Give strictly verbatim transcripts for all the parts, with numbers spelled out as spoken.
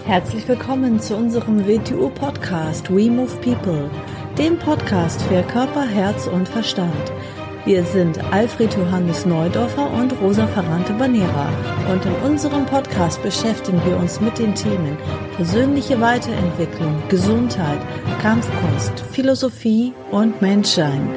Herzlich willkommen zu unserem W T U-Podcast We Move People, dem Podcast für Körper, Herz und Verstand. Wir sind Alfred Johannes Neudorfer und Rosa Ferrante-Banera und in unserem Podcast beschäftigen wir uns mit den Themen persönliche Weiterentwicklung, Gesundheit, Kampfkunst, Philosophie und Menschsein.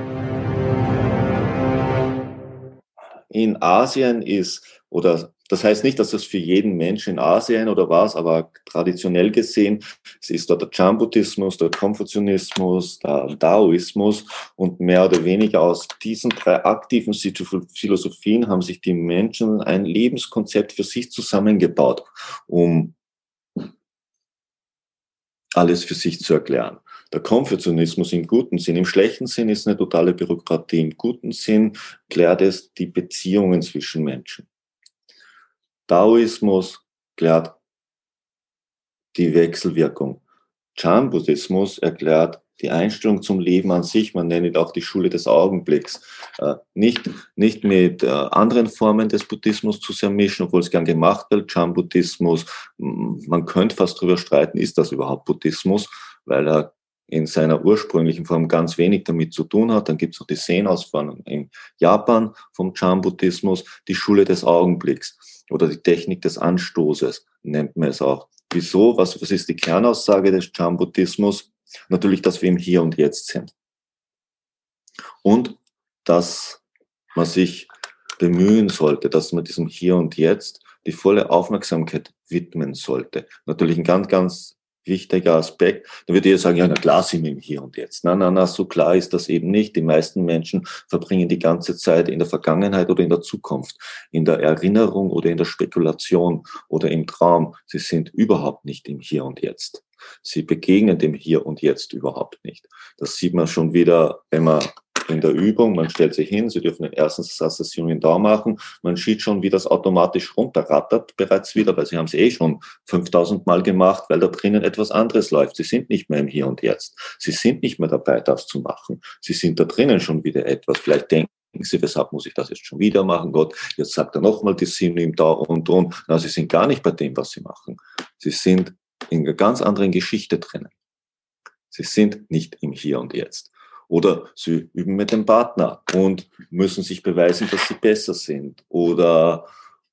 In Asien ist, oder das heißt nicht, dass das für jeden Menschen in Asien oder was, aber traditionell gesehen, es ist dort der Chan-Buddhismus, der Konfuzianismus, der Daoismus und mehr oder weniger aus diesen drei aktiven Philosophien haben sich die Menschen ein Lebenskonzept für sich zusammengebaut, um alles für sich zu erklären. Der Konfuzianismus im guten Sinn, im schlechten Sinn ist eine totale Bürokratie, im guten Sinn klärt es die Beziehungen zwischen Menschen. Daoismus klärt die Wechselwirkung. Chan-Buddhismus erklärt die Einstellung zum Leben an sich. Man nennt auch die Schule des Augenblicks. Äh, nicht, nicht mit äh, anderen Formen des Buddhismus zu sehr mischen, obwohl es gern gemacht wird. Chan-Buddhismus, man könnte fast drüber streiten, ist das überhaupt Buddhismus, weil er in seiner ursprünglichen Form ganz wenig damit zu tun hat. Dann gibt es noch die Zen-Ausformung in Japan vom Chan-Buddhismus, die Schule des Augenblicks oder die Technik des Anstoßes, nennt man es auch. Wieso? Was, was ist die Kernaussage des Chan-Buddhismus? Natürlich, dass wir im Hier und Jetzt sind. Und dass man sich bemühen sollte, dass man diesem Hier und Jetzt die volle Aufmerksamkeit widmen sollte. Natürlich ein ganz, ganz wichtiger Aspekt. Da würde ich sagen, ja, na klar sind wir im Hier und Jetzt. Na, na, na, so klar ist das eben nicht. Die meisten Menschen verbringen die ganze Zeit in der Vergangenheit oder in der Zukunft, in der Erinnerung oder in der Spekulation oder im Traum. Sie sind überhaupt nicht im Hier und Jetzt. Sie begegnen dem Hier und Jetzt überhaupt nicht. Das sieht man schon wieder, wenn man in der Übung, man stellt sich hin, Sie dürfen den ersten Satz des Jungen da machen, man sieht schon, wie das automatisch runterrattert bereits wieder, weil Sie haben es eh schon fünftausend Mal gemacht, weil da drinnen etwas anderes läuft. Sie sind nicht mehr im Hier und Jetzt. Sie sind nicht mehr dabei, das zu machen. Sie sind da drinnen schon wieder etwas. Vielleicht denken Sie, weshalb muss ich das jetzt schon wieder machen? Gott, jetzt sagt er nochmal die Synonym da und und. Na, Sie sind gar nicht bei dem, was Sie machen. Sie sind in einer ganz anderen Geschichte drinnen. Sie sind nicht im Hier und Jetzt. Oder sie üben mit dem Partner und müssen sich beweisen, dass sie besser sind. Oder,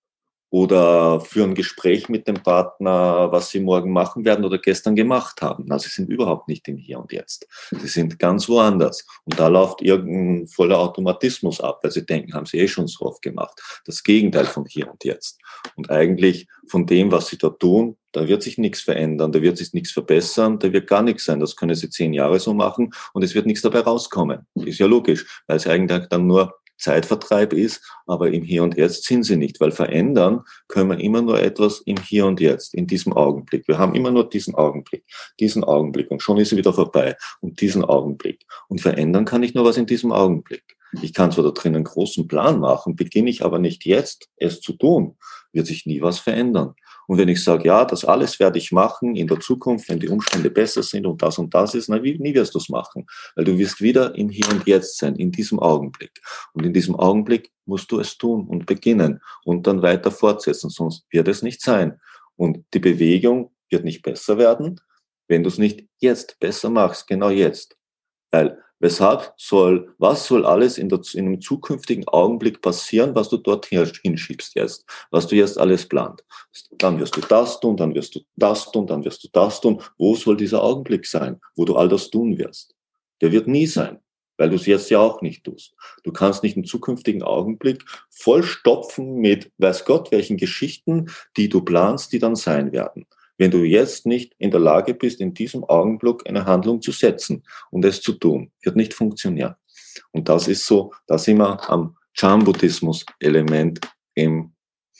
oder führen ein Gespräch mit dem Partner, was sie morgen machen werden oder gestern gemacht haben. Na, sie sind überhaupt nicht im Hier und Jetzt. Sie sind ganz woanders. Und da läuft irgendein voller Automatismus ab, weil sie denken, haben sie eh schon so oft gemacht. Das Gegenteil von Hier und Jetzt. Und eigentlich von dem, was sie da tun, da wird sich nichts verändern, da wird sich nichts verbessern, da wird gar nichts sein. Das können Sie zehn Jahre so machen und es wird nichts dabei rauskommen. Ist ja logisch, weil es eigentlich dann nur Zeitvertreib ist, aber im Hier und Jetzt sind Sie nicht, weil verändern können wir immer nur etwas im Hier und Jetzt, in diesem Augenblick. Wir haben immer nur diesen Augenblick, diesen Augenblick und schon ist sie wieder vorbei und diesen Augenblick. Und verändern kann ich nur was in diesem Augenblick. Ich kann zwar da drin einen großen Plan machen, beginne ich aber nicht jetzt, es zu tun, wird sich nie was verändern. Und wenn ich sage, ja, das alles werde ich machen in der Zukunft, wenn die Umstände besser sind und das und das ist, na, wie, nie wirst du es machen. Weil du wirst wieder im Hier und Jetzt sein, in diesem Augenblick. Und in diesem Augenblick musst du es tun und beginnen und dann weiter fortsetzen, sonst wird es nicht sein. Und die Bewegung wird nicht besser werden, wenn du es nicht jetzt besser machst, genau jetzt. Weil weshalb soll, was soll alles in, der, in einem zukünftigen Augenblick passieren, was du dort hinschiebst jetzt, was du jetzt alles plant. Dann wirst du das tun, dann wirst du das tun, dann wirst du das tun. Wo soll dieser Augenblick sein, wo du all das tun wirst? Der wird nie sein, weil du es jetzt ja auch nicht tust. Du kannst nicht einen zukünftigen Augenblick vollstopfen mit weiß Gott welchen Geschichten, die du planst, die dann sein werden. Wenn du jetzt nicht in der Lage bist, in diesem Augenblick eine Handlung zu setzen und es zu tun, wird nicht funktionieren. Und das ist so, da sind wir am Chan-Buddhismus-Element im,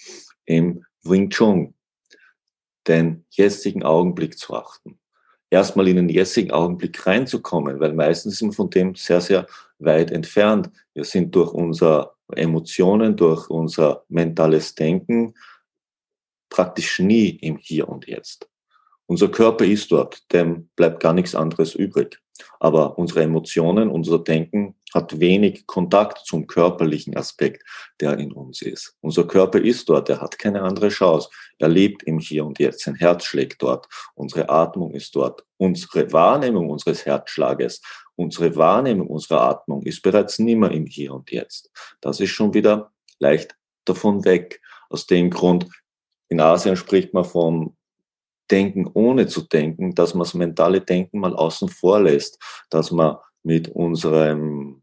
im Wing Chun, den jetzigen Augenblick zu achten. Erstmal in den jetzigen Augenblick reinzukommen, weil meistens sind wir von dem sehr, sehr weit entfernt. Wir sind durch unsere Emotionen, durch unser mentales Denken praktisch nie im Hier und Jetzt. Unser Körper ist dort, dem bleibt gar nichts anderes übrig. Aber unsere Emotionen, unser Denken hat wenig Kontakt zum körperlichen Aspekt, der in uns ist. Unser Körper ist dort, er hat keine andere Chance. Er lebt im Hier und Jetzt, sein Herz schlägt dort, unsere Atmung ist dort. Unsere Wahrnehmung unseres Herzschlages, unsere Wahrnehmung unserer Atmung ist bereits nimmer im Hier und Jetzt. Das ist schon wieder leicht davon weg. Aus dem Grund, in Asien spricht man vom Denken ohne zu denken, dass man das mentale Denken mal außen vor lässt, dass man mit unserem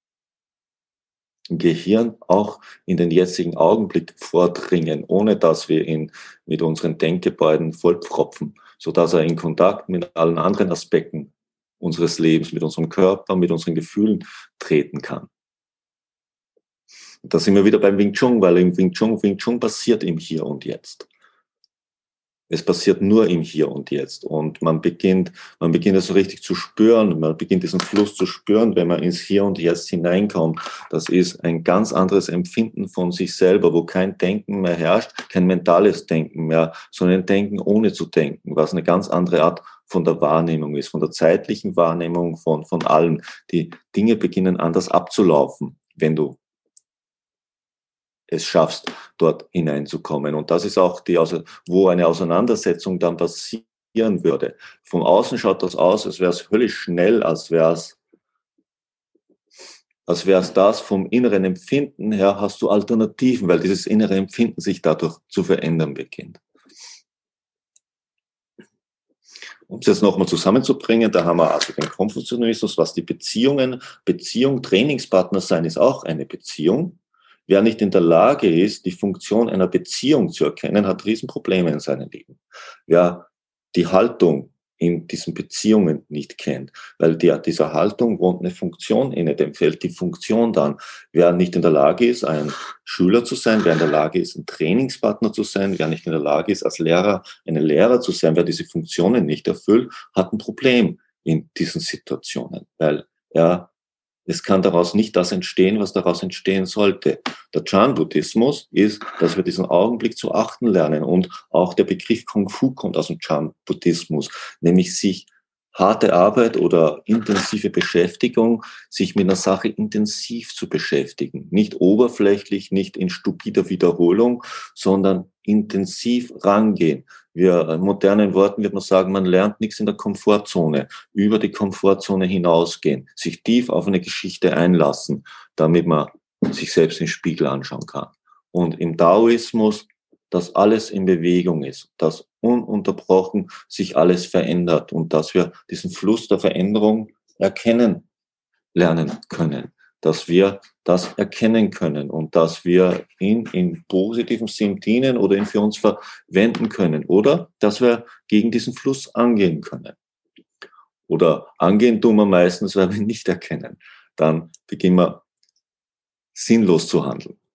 Gehirn auch in den jetzigen Augenblick vordringen, ohne dass wir ihn mit unseren Denkgebäuden vollpfropfen, sodass er in Kontakt mit allen anderen Aspekten unseres Lebens, mit unserem Körper, mit unseren Gefühlen treten kann. Da sind wir wieder beim Wing Chun, weil im Wing Chun, Wing Chun passiert im Hier und Jetzt. Es passiert nur im Hier und Jetzt. Und man beginnt, man beginnt es so richtig zu spüren, man beginnt diesen Fluss zu spüren, wenn man ins Hier und Jetzt hineinkommt. Das ist ein ganz anderes Empfinden von sich selber, wo kein Denken mehr herrscht, kein mentales Denken mehr, sondern ein Denken ohne zu denken, was eine ganz andere Art von der Wahrnehmung ist, von der zeitlichen Wahrnehmung von, von allem. Die Dinge beginnen anders abzulaufen, wenn du es schaffst, dort hineinzukommen. Und das ist auch die, wo eine Auseinandersetzung dann passieren würde. Von außen schaut das aus, als wäre es völlig schnell, als wäre es, als wäre es das vom inneren Empfinden her, hast du Alternativen, weil dieses innere Empfinden sich dadurch zu verändern beginnt. Um es jetzt nochmal zusammenzubringen, da haben wir also den Konfuzianismus, was die Beziehungen, Beziehung, Trainingspartner sein ist auch eine Beziehung. Wer nicht in der Lage ist, die Funktion einer Beziehung zu erkennen, hat Riesenprobleme in seinem Leben. Wer die Haltung in diesen Beziehungen nicht kennt, weil der, dieser Haltung wohnt eine Funktion inne, dem fällt die Funktion dann. Wer nicht in der Lage ist, ein Schüler zu sein, wer in der Lage ist, ein Trainingspartner zu sein, wer nicht in der Lage ist, als Lehrer eine Lehrer zu sein, wer diese Funktionen nicht erfüllt, hat ein Problem in diesen Situationen, weil er Es kann daraus nicht das entstehen, was daraus entstehen sollte. Der Chan-Buddhismus ist, dass wir diesen Augenblick zu achten lernen. Und auch der Begriff Kung Fu kommt aus dem Chan-Buddhismus, nämlich sich harte Arbeit oder intensive Beschäftigung, sich mit einer Sache intensiv zu beschäftigen. Nicht oberflächlich, nicht in stupider Wiederholung, sondern intensiv rangehen. Wir, in modernen Worten wird man sagen, man lernt nichts in der Komfortzone, über die Komfortzone hinausgehen, sich tief auf eine Geschichte einlassen, damit man sich selbst im Spiegel anschauen kann. Und im Daoismus, dass alles in Bewegung ist, dass ununterbrochen sich alles verändert und dass wir diesen Fluss der Veränderung erkennen lernen können, dass wir das erkennen können und dass wir ihn in positivem Sinn dienen oder ihn für uns verwenden können oder dass wir gegen diesen Fluss angehen können. Oder angehen tun wir meistens, weil wir ihn nicht erkennen. Dann beginnen wir sinnlos zu handeln.